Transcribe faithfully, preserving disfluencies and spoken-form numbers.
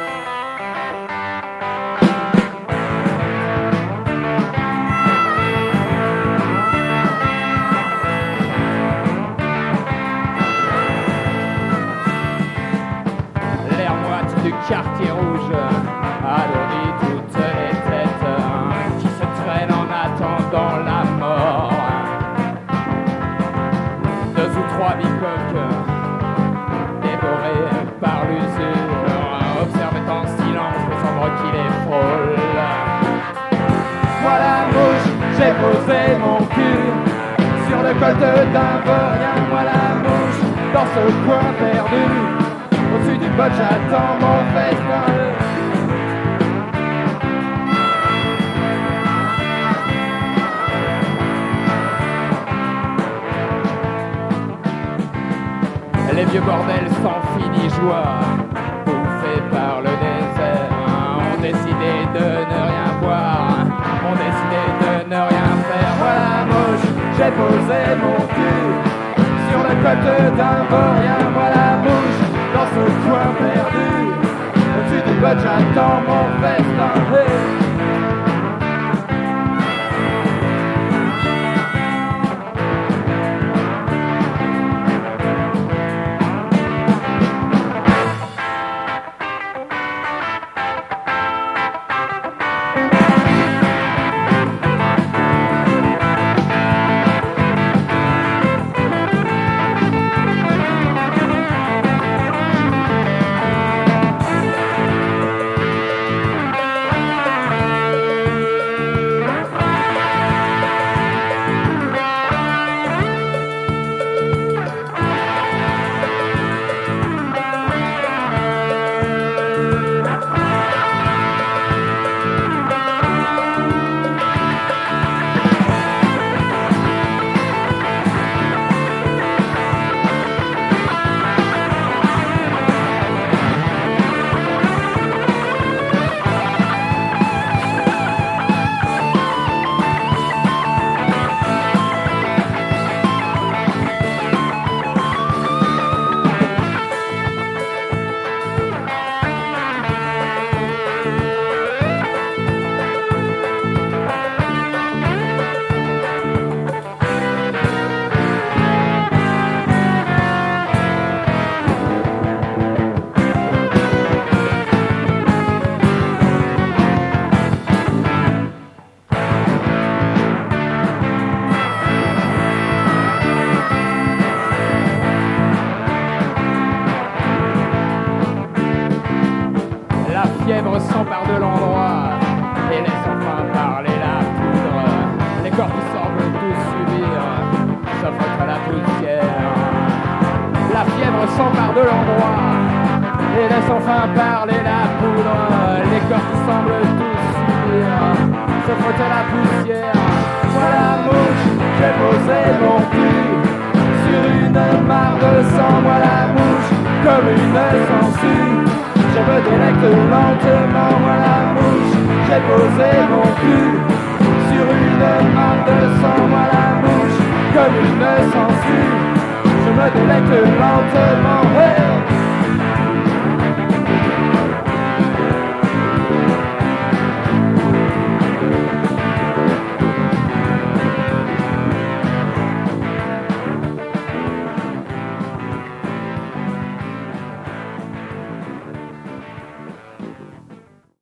Quartier rouge alourdit toutes les têtes qui se traînent en attendant la mort. Deux ou trois bicoques dévorées par l'usure observent en silence les ombres qui les frôlent. Moi la mouche, j'ai posé mon cul sur le col d'un vaurien. Moi la mouche, dans ce coin perdu, au-dessus du bot, j'attends mon festin. Les vieux bordels sans fini joie, bouffés par le désert, ont décidé de ne rien voir, ont décidé de ne rien faire. Voilà mouche, j'ai posé mon cul sur le côte d'un vaurien. Voilà mouche, dans ce coin perdu, au-dessus du bot, j'attends mon festin. Hey. Fièvre s'empare de l'endroit et laisse enfin parler la poudre. Les corps qui semblent tous subir s'affrontent à la poussière. La fièvre s'empare de l'endroit et laisse enfin parler la poudre. Les corps qui semblent tous subir s'affrontent à la poussière. Moi la mouche, j'ai posé mon cul sur une mare de sang. Moi la mouche, comme une sangsue, je me délecte lentement. Moi la mouche, j'ai posé mon cul sur une mare de sang. Moi la mouche, comme une sangsue, je me délecte lentement. Hey!